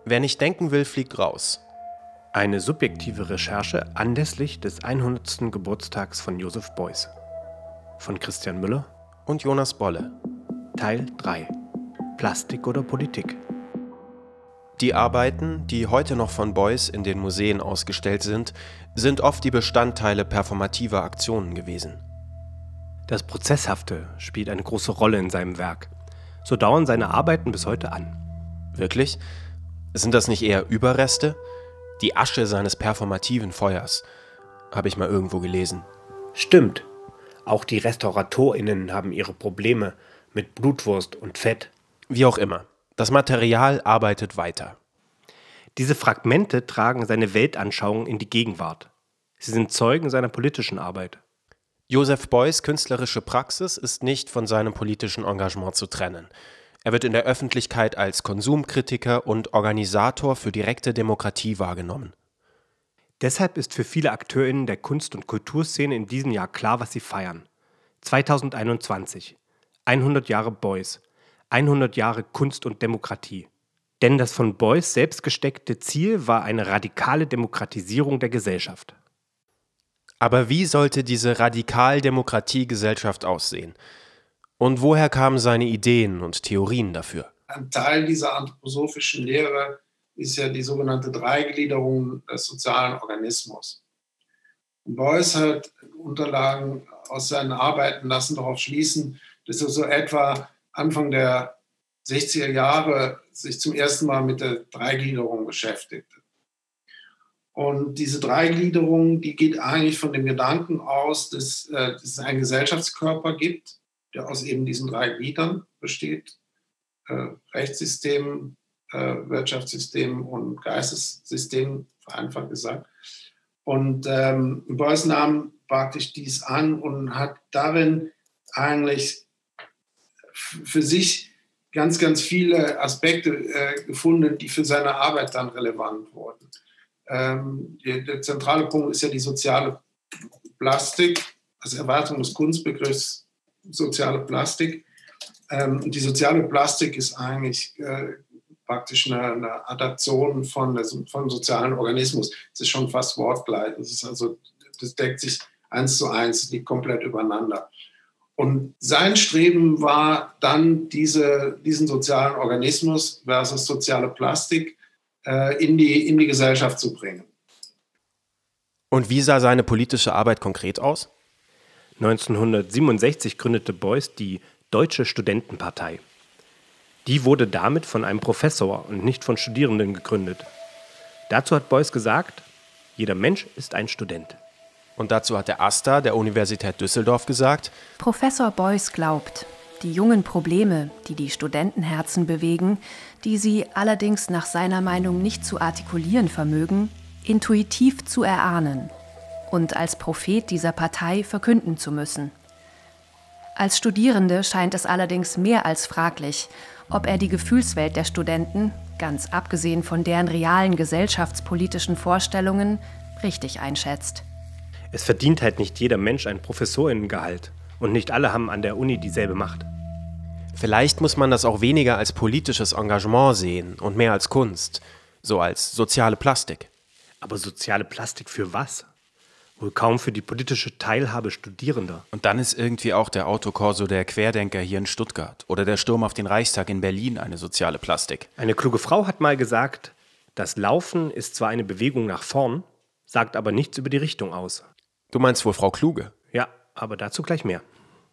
Wer nicht denken will, fliegt raus. Eine subjektive Recherche anlässlich des 100. Geburtstags von Joseph Beuys. Von Christian Müller und Jonas Bolle. Teil 3. Plastik oder Politik? Die Arbeiten, die heute noch von Beuys in den Museen ausgestellt sind oft die Bestandteile performativer Aktionen gewesen. Das Prozesshafte spielt eine große Rolle in seinem Werk. So dauern seine Arbeiten bis heute an. Wirklich? Sind das nicht eher Überreste? Die Asche seines performativen Feuers, habe ich mal irgendwo gelesen. Stimmt. Auch die RestauratorInnen haben ihre Probleme mit Blutwurst und Fett. Wie auch immer. Das Material arbeitet weiter. Diese Fragmente tragen seine Weltanschauung in die Gegenwart. Sie sind Zeugen seiner politischen Arbeit. Joseph Beuys' künstlerische Praxis ist nicht von seinem politischen Engagement zu trennen. Er wird in der Öffentlichkeit als Konsumkritiker und Organisator für direkte Demokratie wahrgenommen. Deshalb ist für viele AkteurInnen der Kunst- und Kulturszene in diesem Jahr klar, was sie feiern. 2021. 100 Jahre Beuys. 100 Jahre Kunst und Demokratie. Denn das von Beuys selbst gesteckte Ziel war eine radikale Demokratisierung der Gesellschaft. Aber wie sollte diese Radikaldemokratiegesellschaft aussehen? Und woher kamen seine Ideen und Theorien dafür? Ein Teil dieser anthroposophischen Lehre ist ja die sogenannte Dreigliederung des sozialen Organismus. Und Beuys hat Unterlagen aus seinen Arbeiten lassen darauf schließen, dass er so etwa Anfang der 60er Jahre sich zum ersten Mal mit der Dreigliederung beschäftigte. Und diese Dreigliederung, die geht eigentlich von dem Gedanken aus, dass es einen Gesellschaftskörper gibt, der aus eben diesen 3 Gliedern besteht. Rechtssystem, Wirtschaftssystem und Geistessystem, vereinfacht gesagt. Und Beuys nahm praktisch dies an und hat darin eigentlich für sich ganz, ganz viele Aspekte gefunden, die für seine Arbeit dann relevant wurden. Der zentrale Punkt ist ja die soziale Plastik, also Erweiterung des Kunstbegriffs soziale Plastik. Und die soziale Plastik ist eigentlich praktisch eine Adaption von sozialen Organismus. Es ist schon fast wortgleich. Das deckt sich 1:1, liegt komplett übereinander. Und sein Streben war dann, diesen sozialen Organismus versus soziale Plastik in die Gesellschaft zu bringen. Und wie sah seine politische Arbeit konkret aus? 1967 gründete Beuys die Deutsche Studentenpartei. Die wurde damit von einem Professor und nicht von Studierenden gegründet. Dazu hat Beuys gesagt, jeder Mensch ist ein Student. Und dazu hat der AStA der Universität Düsseldorf gesagt, Professor Beuys glaubt, die jungen Probleme, die die Studentenherzen bewegen, die sie allerdings nach seiner Meinung nicht zu artikulieren vermögen, intuitiv zu erahnen und als Prophet dieser Partei verkünden zu müssen. Als Studierende scheint es allerdings mehr als fraglich, ob er die Gefühlswelt der Studenten, ganz abgesehen von deren realen gesellschaftspolitischen Vorstellungen, richtig einschätzt. Es verdient halt nicht jeder Mensch ein Professorinnengehalt und nicht alle haben an der Uni dieselbe Macht. Vielleicht muss man das auch weniger als politisches Engagement sehen und mehr als Kunst, so als soziale Plastik. Aber soziale Plastik für was? Wohl kaum für die politische Teilhabe Studierender. Und dann ist irgendwie auch der Autokorso der Querdenker hier in Stuttgart oder der Sturm auf den Reichstag in Berlin eine soziale Plastik. Eine kluge Frau hat mal gesagt, das Laufen ist zwar eine Bewegung nach vorn, sagt aber nichts über die Richtung aus. Du meinst wohl Frau Kluge? Ja, aber dazu gleich mehr.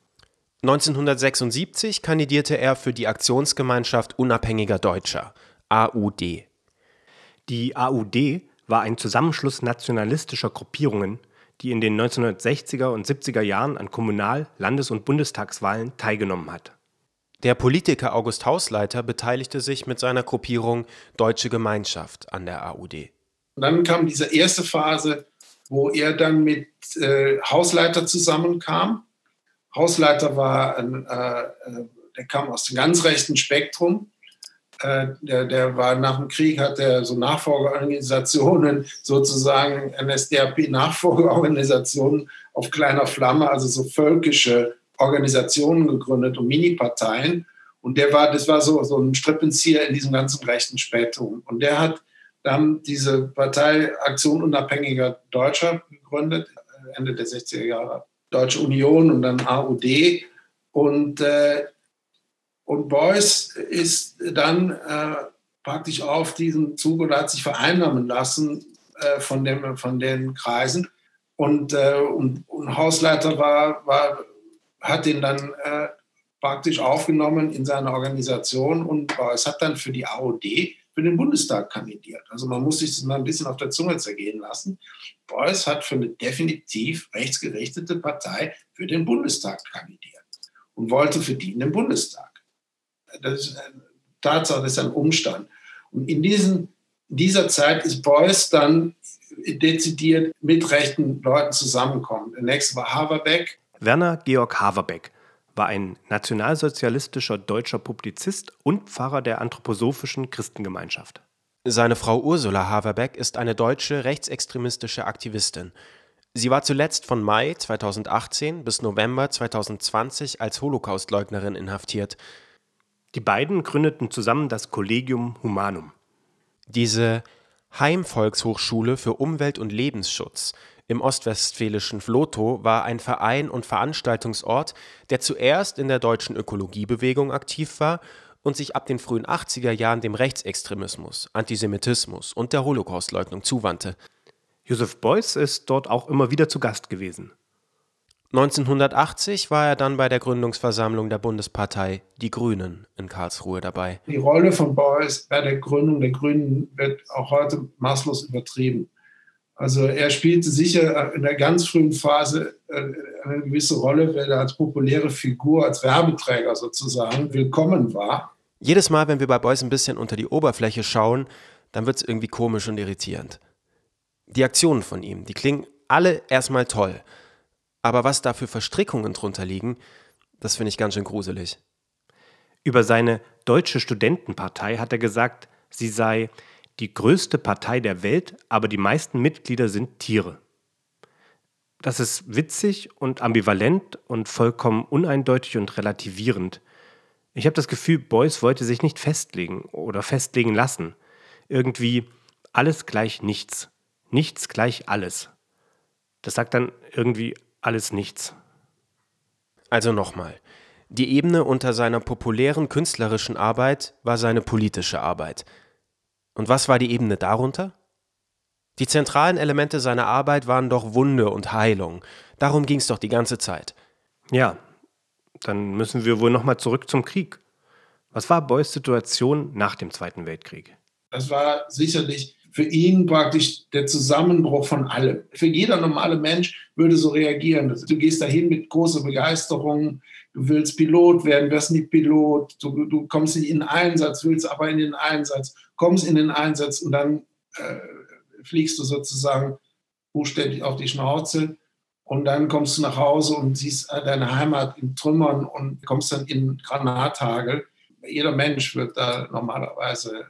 1976 kandidierte er für die Aktionsgemeinschaft Unabhängiger Deutscher, AUD. Die AUD war ein Zusammenschluss nationalistischer Gruppierungen, die in den 1960er und 70er Jahren an Kommunal-, Landes- und Bundestagswahlen teilgenommen hat. Der Politiker August Hausleiter beteiligte sich mit seiner Gruppierung Deutsche Gemeinschaft an der AUD. Und dann kam diese erste Phase, wo er dann mit Hausleiter zusammenkam. Hausleiter war der kam aus dem ganz rechten Spektrum. Der war nach dem Krieg, hat er so Nachfolgeorganisationen, sozusagen NSDAP-Nachfolgeorganisationen auf kleiner Flamme, also so völkische Organisationen gegründet und Mini-Parteien. Und das war so ein Strippenzieher in diesem ganzen rechten Spektrum. Und der hat dann diese Partei Aktion Unabhängiger Deutscher gegründet, Ende der 60er Jahre. Deutsche Union und dann AUD. Und Beuys ist dann praktisch auf diesen Zug oder hat sich vereinnahmen lassen von den Kreisen. Und Hausleiter hat ihn dann praktisch aufgenommen in seine Organisation und Beuys hat dann für die AOD für den Bundestag kandidiert. Also man muss sich das mal ein bisschen auf der Zunge zergehen lassen. Beuys hat für eine definitiv rechtsgerichtete Partei für den Bundestag kandidiert und wollte für die in den Bundestag. Das ist eine Tatsache, das ist ein Umstand. Und in dieser Zeit ist Beuys dann dezidiert mit rechten Leuten zusammengekommen. Der nächste war Haverbeck. Werner Georg Haverbeck war ein nationalsozialistischer deutscher Publizist und Pfarrer der anthroposophischen Christengemeinschaft. Seine Frau Ursula Haverbeck ist eine deutsche rechtsextremistische Aktivistin. Sie war zuletzt von Mai 2018 bis November 2020 als Holocaustleugnerin inhaftiert. Die beiden gründeten zusammen das Collegium Humanum. Diese Heimvolkshochschule für Umwelt- und Lebensschutz im ostwestfälischen Vlotho war ein Verein und Veranstaltungsort, der zuerst in der deutschen Ökologiebewegung aktiv war und sich ab den frühen 80er Jahren dem Rechtsextremismus, Antisemitismus und der Holocaustleugnung zuwandte. Joseph Beuys ist dort auch immer wieder zu Gast gewesen. 1980 war er dann bei der Gründungsversammlung der Bundespartei Die Grünen in Karlsruhe dabei. Die Rolle von Beuys bei der Gründung der Grünen wird auch heute maßlos übertrieben. Also er spielte sicher in der ganz frühen Phase eine gewisse Rolle, weil er als populäre Figur, als Werbeträger sozusagen willkommen war. Jedes Mal, wenn wir bei Beuys ein bisschen unter die Oberfläche schauen, dann wird es irgendwie komisch und irritierend. Die Aktionen von ihm, die klingen alle erstmal toll. Aber was da für Verstrickungen drunter liegen, das finde ich ganz schön gruselig. Über seine Deutsche Studentenpartei hat er gesagt, sie sei die größte Partei der Welt, aber die meisten Mitglieder sind Tiere. Das ist witzig und ambivalent und vollkommen uneindeutig und relativierend. Ich habe das Gefühl, Beuys wollte sich nicht festlegen oder festlegen lassen. Irgendwie alles gleich nichts, nichts gleich alles. Das sagt dann irgendwie alles nichts. Also nochmal, die Ebene unter seiner populären künstlerischen Arbeit war seine politische Arbeit. Und was war die Ebene darunter? Die zentralen Elemente seiner Arbeit waren doch Wunde und Heilung. Darum ging es doch die ganze Zeit. Ja, dann müssen wir wohl nochmal zurück zum Krieg. Was war Beuys Situation nach dem Zweiten Weltkrieg? Das war sicherlich für ihn praktisch der Zusammenbruch von allem. Für jeder normale Mensch würde so reagieren. Du gehst dahin mit großer Begeisterung, du willst Pilot werden, wirst nicht Pilot, du kommst nicht in den Einsatz, willst aber in den Einsatz, kommst in den Einsatz und dann fliegst du sozusagen buchstäblich auf die Schnauze und dann kommst du nach Hause und siehst deine Heimat in Trümmern und kommst dann in Granathagel. Jeder Mensch wird da normalerweise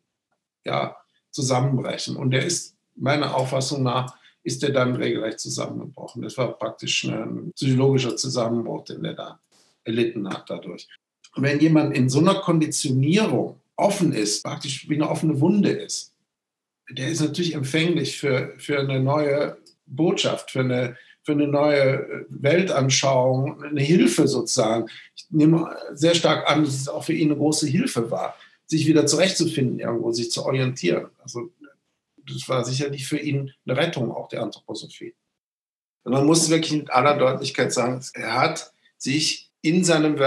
zusammenbrechen. Und der ist, meiner Auffassung nach, ist der dann regelrecht zusammengebrochen. Das war praktisch ein psychologischer Zusammenbruch, den der da erlitten hat dadurch. Und wenn jemand in so einer Konditionierung offen ist, praktisch wie eine offene Wunde ist, der ist natürlich empfänglich für eine neue Botschaft, für eine neue Weltanschauung, eine Hilfe sozusagen. Ich nehme sehr stark an, dass es auch für ihn eine große Hilfe war, sich wieder zurechtzufinden irgendwo, sich zu orientieren. Also das war sicherlich für ihn eine Rettung auch der Anthroposophie. Und man muss wirklich mit aller Deutlichkeit sagen, er hat sich in seinem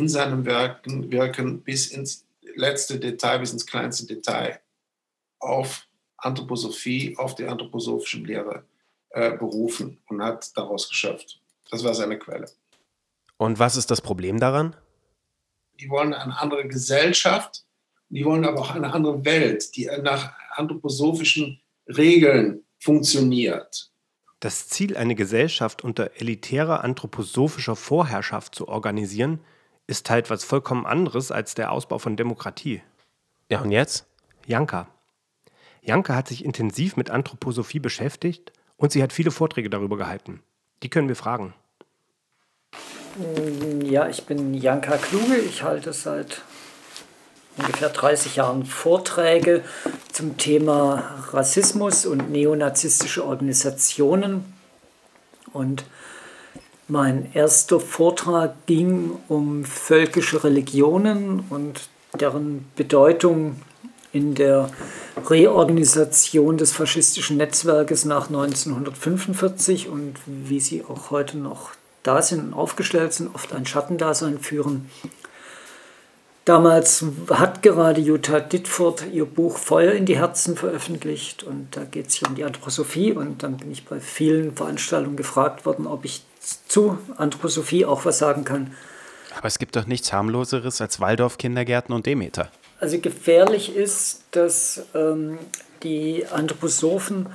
Wirken bis ins letzte Detail, bis ins kleinste Detail auf Anthroposophie, auf die anthroposophische Lehre berufen und hat daraus geschöpft. Das war seine Quelle. Und was ist das Problem daran? Die wollen eine andere Gesellschaft, die wollen aber auch eine andere Welt, die nach anthroposophischen Regeln funktioniert. Das Ziel, eine Gesellschaft unter elitärer anthroposophischer Vorherrschaft zu organisieren, ist halt was vollkommen anderes als der Ausbau von Demokratie. Ja, und jetzt? Janka. Janka hat sich intensiv mit Anthroposophie beschäftigt und sie hat viele Vorträge darüber gehalten. Die können wir fragen. Ja, ich bin Janka Kluge. Ich halte seit ungefähr 30 Jahren Vorträge zum Thema Rassismus und neonazistische Organisationen. Und mein erster Vortrag ging um völkische Religionen und deren Bedeutung in der Reorganisation des faschistischen Netzwerkes nach 1945 und wie sie auch heute noch da sind und aufgestellt sind, oft ein Schattendasein führen. Damals hat gerade Jutta Ditfurth ihr Buch Feuer in die Herzen veröffentlicht und da geht es hier um die Anthroposophie und dann bin ich bei vielen Veranstaltungen gefragt worden, ob ich zu Anthroposophie auch was sagen kann. Aber es gibt doch nichts harmloseres als Waldorf-Kindergärten und Demeter. Also gefährlich ist, dass die Anthroposophen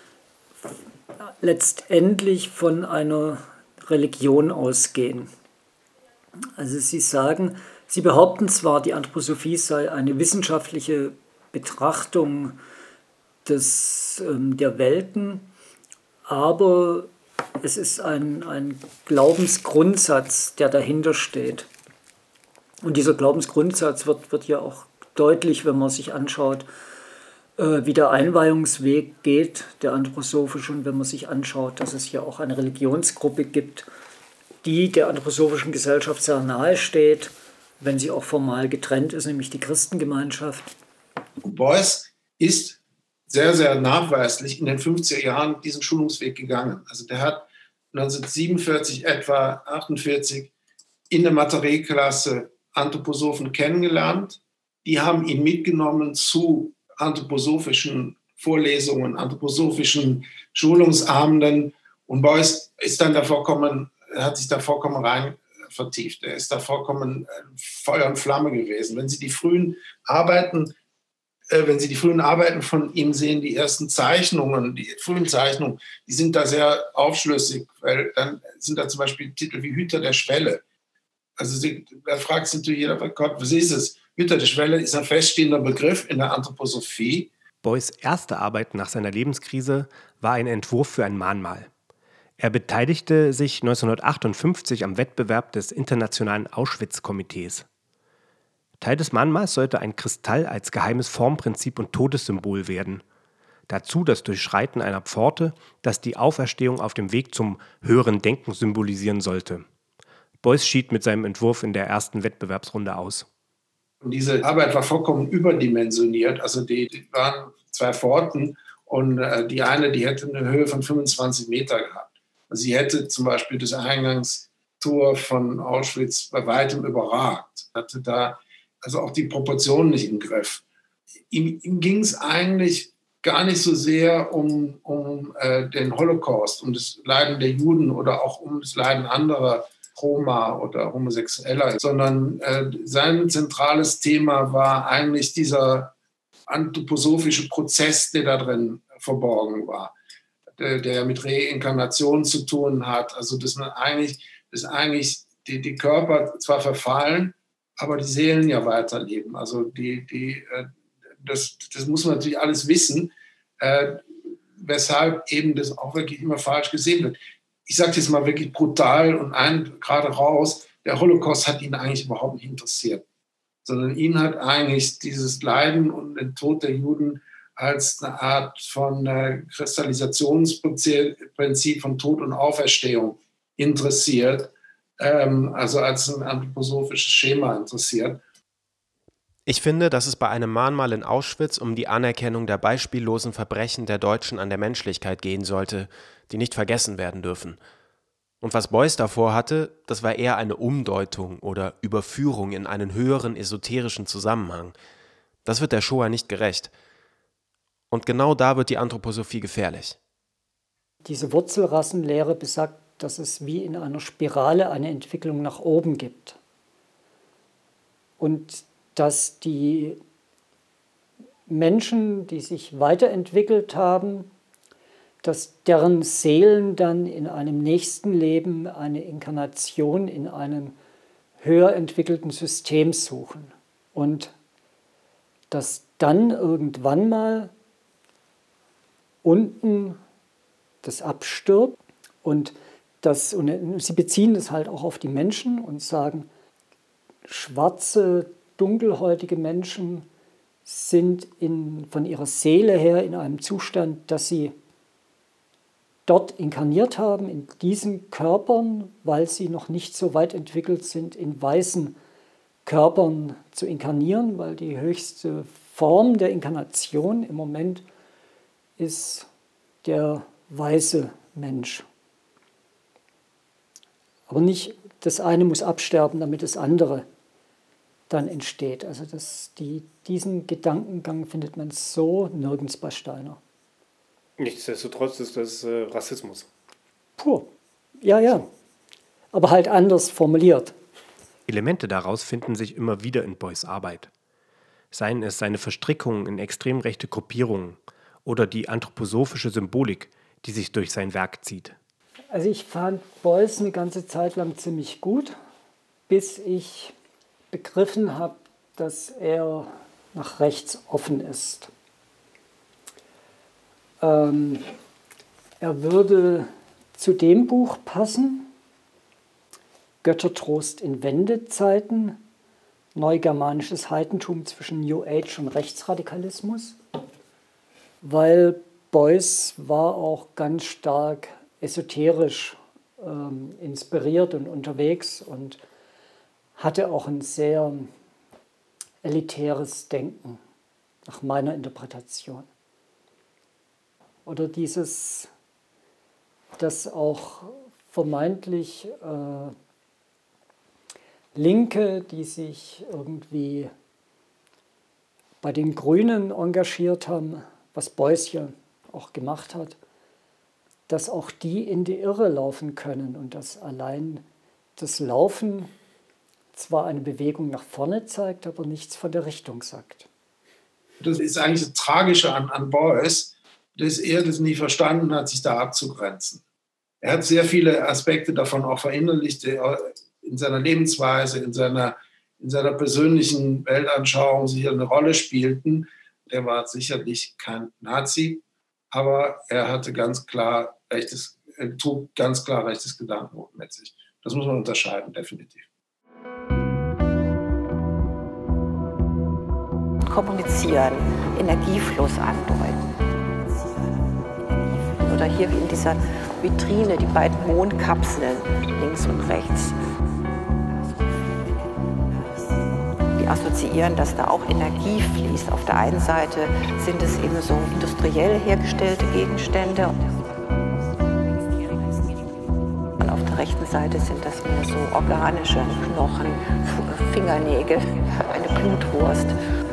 letztendlich von einer Religion ausgehen. Also sie behaupten zwar, die Anthroposophie sei eine wissenschaftliche Betrachtung der Welten, aber es ist ein Glaubensgrundsatz, der dahinter steht. Und dieser Glaubensgrundsatz wird ja auch deutlich, wenn man sich anschaut, wie der Einweihungsweg geht, der anthroposophische, und wenn man sich anschaut, dass es hier auch eine Religionsgruppe gibt, die der anthroposophischen Gesellschaft sehr nahe steht, wenn sie auch formal getrennt ist, nämlich die Christengemeinschaft. Beuys ist sehr, sehr nachweislich in den 50er Jahren diesen Schulungsweg gegangen. Also der hat 1947, etwa 48, in der Materie-Klasse Anthroposophen kennengelernt. Die haben ihn mitgenommen zu anthroposophischen Vorlesungen, anthroposophischen Schulungsabenden. Und Beuys ist dann hat sich da vollkommen rein vertieft. Er ist da vollkommen Feuer und Flamme gewesen. Wenn Sie die frühen Arbeiten von ihm sehen, die ersten Zeichnungen, die frühen Zeichnungen, die sind da sehr aufschlüssig, weil dann sind da zum Beispiel Titel wie Hüter der Schwelle. Also da fragt sich natürlich jeder, Gott, was ist es? Hüter der Schwelle ist ein feststehender Begriff in der Anthroposophie. Beuys erste Arbeit nach seiner Lebenskrise war ein Entwurf für ein Mahnmal. Er beteiligte sich 1958 am Wettbewerb des Internationalen Auschwitz-Komitees. Teil des Mahnmals sollte ein Kristall als geheimes Formprinzip und Todessymbol werden. Dazu das Durchschreiten einer Pforte, das die Auferstehung auf dem Weg zum höheren Denken symbolisieren sollte. Beuys schied mit seinem Entwurf in der ersten Wettbewerbsrunde aus. Und diese Arbeit war vollkommen überdimensioniert. Also die waren 2 Pforten und die eine, die hätte eine Höhe von 25 Meter gehabt. Also sie hätte zum Beispiel das Eingangstor von Auschwitz bei weitem überragt. Hatte da also auch die Proportionen nicht im Griff. Ihm ging es eigentlich gar nicht so sehr um den Holocaust, um das Leiden der Juden oder auch um das Leiden anderer Roma oder Homosexueller, sondern sein zentrales Thema war eigentlich dieser anthroposophische Prozess, der da drin verborgen war, der mit Reinkarnation zu tun hat. Also dass die Körper zwar verfallen, aber die Seelen ja weiterleben. Also das muss man natürlich alles wissen, weshalb eben das auch wirklich immer falsch gesehen wird. Ich sage jetzt mal wirklich brutal und gerade raus, der Holocaust hat ihn eigentlich überhaupt nicht interessiert, sondern ihn hat eigentlich dieses Leiden und den Tod der Juden als eine Art von Kristallisationsprinzip von Tod und Auferstehung interessiert, also als ein anthroposophisches Schema interessiert. Ich finde, dass es bei einem Mahnmal in Auschwitz um die Anerkennung der beispiellosen Verbrechen der Deutschen an der Menschlichkeit gehen sollte, die nicht vergessen werden dürfen. Und was Beuys davor hatte, das war eher eine Umdeutung oder Überführung in einen höheren esoterischen Zusammenhang. Das wird der Shoah nicht gerecht. Und genau da wird die Anthroposophie gefährlich. Diese Wurzelrassenlehre besagt, dass es wie in einer Spirale eine Entwicklung nach oben gibt. Und dass die Menschen, die sich weiterentwickelt haben, dass deren Seelen dann in einem nächsten Leben eine Inkarnation in einem höher entwickelten System suchen. Und dass dann irgendwann mal unten das abstirbt und sie beziehen das halt auch auf die Menschen und sagen, schwarze, dunkelhäutige Menschen sind von ihrer Seele her in einem Zustand, dass sie dort inkarniert haben, in diesen Körpern, weil sie noch nicht so weit entwickelt sind, in weißen Körpern zu inkarnieren, weil die höchste Form der Inkarnation im Moment ist der weiße Mensch. Aber nicht das eine muss absterben, damit das andere dann entsteht. Also diesen Gedankengang findet man so nirgends bei Steiner. Nichtsdestotrotz ist das Rassismus. Pur. Ja. Aber halt anders formuliert. Elemente daraus finden sich immer wieder in Beuys Arbeit. Seien es seine Verstrickungen in extrem rechte Gruppierungen oder die anthroposophische Symbolik, die sich durch sein Werk zieht. Also ich fand Beuys eine ganze Zeit lang ziemlich gut, bis ich begriffen habe, dass er nach rechts offen ist. Er würde zu dem Buch passen, Göttertrost in Wendezeiten, neugermanisches Heidentum zwischen New Age und Rechtsradikalismus, weil Beuys war auch ganz stark esoterisch inspiriert und unterwegs und hatte auch ein sehr elitäres Denken, nach meiner Interpretation. Oder dass auch vermeintlich Linke, die sich irgendwie bei den Grünen engagiert haben, was Beuys hier auch gemacht hat, dass auch die in die Irre laufen können und dass allein das Laufen zwar eine Bewegung nach vorne zeigt, aber nichts von der Richtung sagt. Das ist eigentlich das Tragische an Beuys, dass er das nie verstanden hat, sich da abzugrenzen. Er hat sehr viele Aspekte davon auch verinnerlicht, in seiner Lebensweise, in seiner persönlichen Weltanschauung sicher eine Rolle spielten. Er war sicherlich kein Nazi, aber er hatte er trug ganz klar rechtes Gedankengut mit sich. Das muss man unterscheiden, definitiv. Kommunizieren, Energiefluss andeuten. Oder hier wie in dieser Vitrine die beiden Mondkapseln links und rechts. Die assoziieren, dass da auch Energie fließt. Auf der einen Seite sind es eben so industriell hergestellte Gegenstände. Und auf der rechten Seite sind das mehr so organische Knochen, Fingernägel, eine Blutwurst.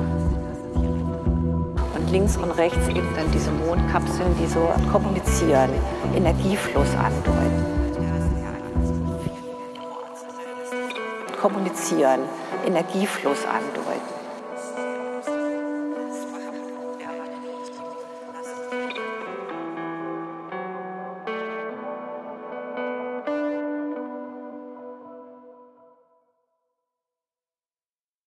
Und links und rechts eben dann diese Mondkapseln, die so kommunizieren, Energiefluss andeuten. Kommunizieren, Energiefluss andeuten.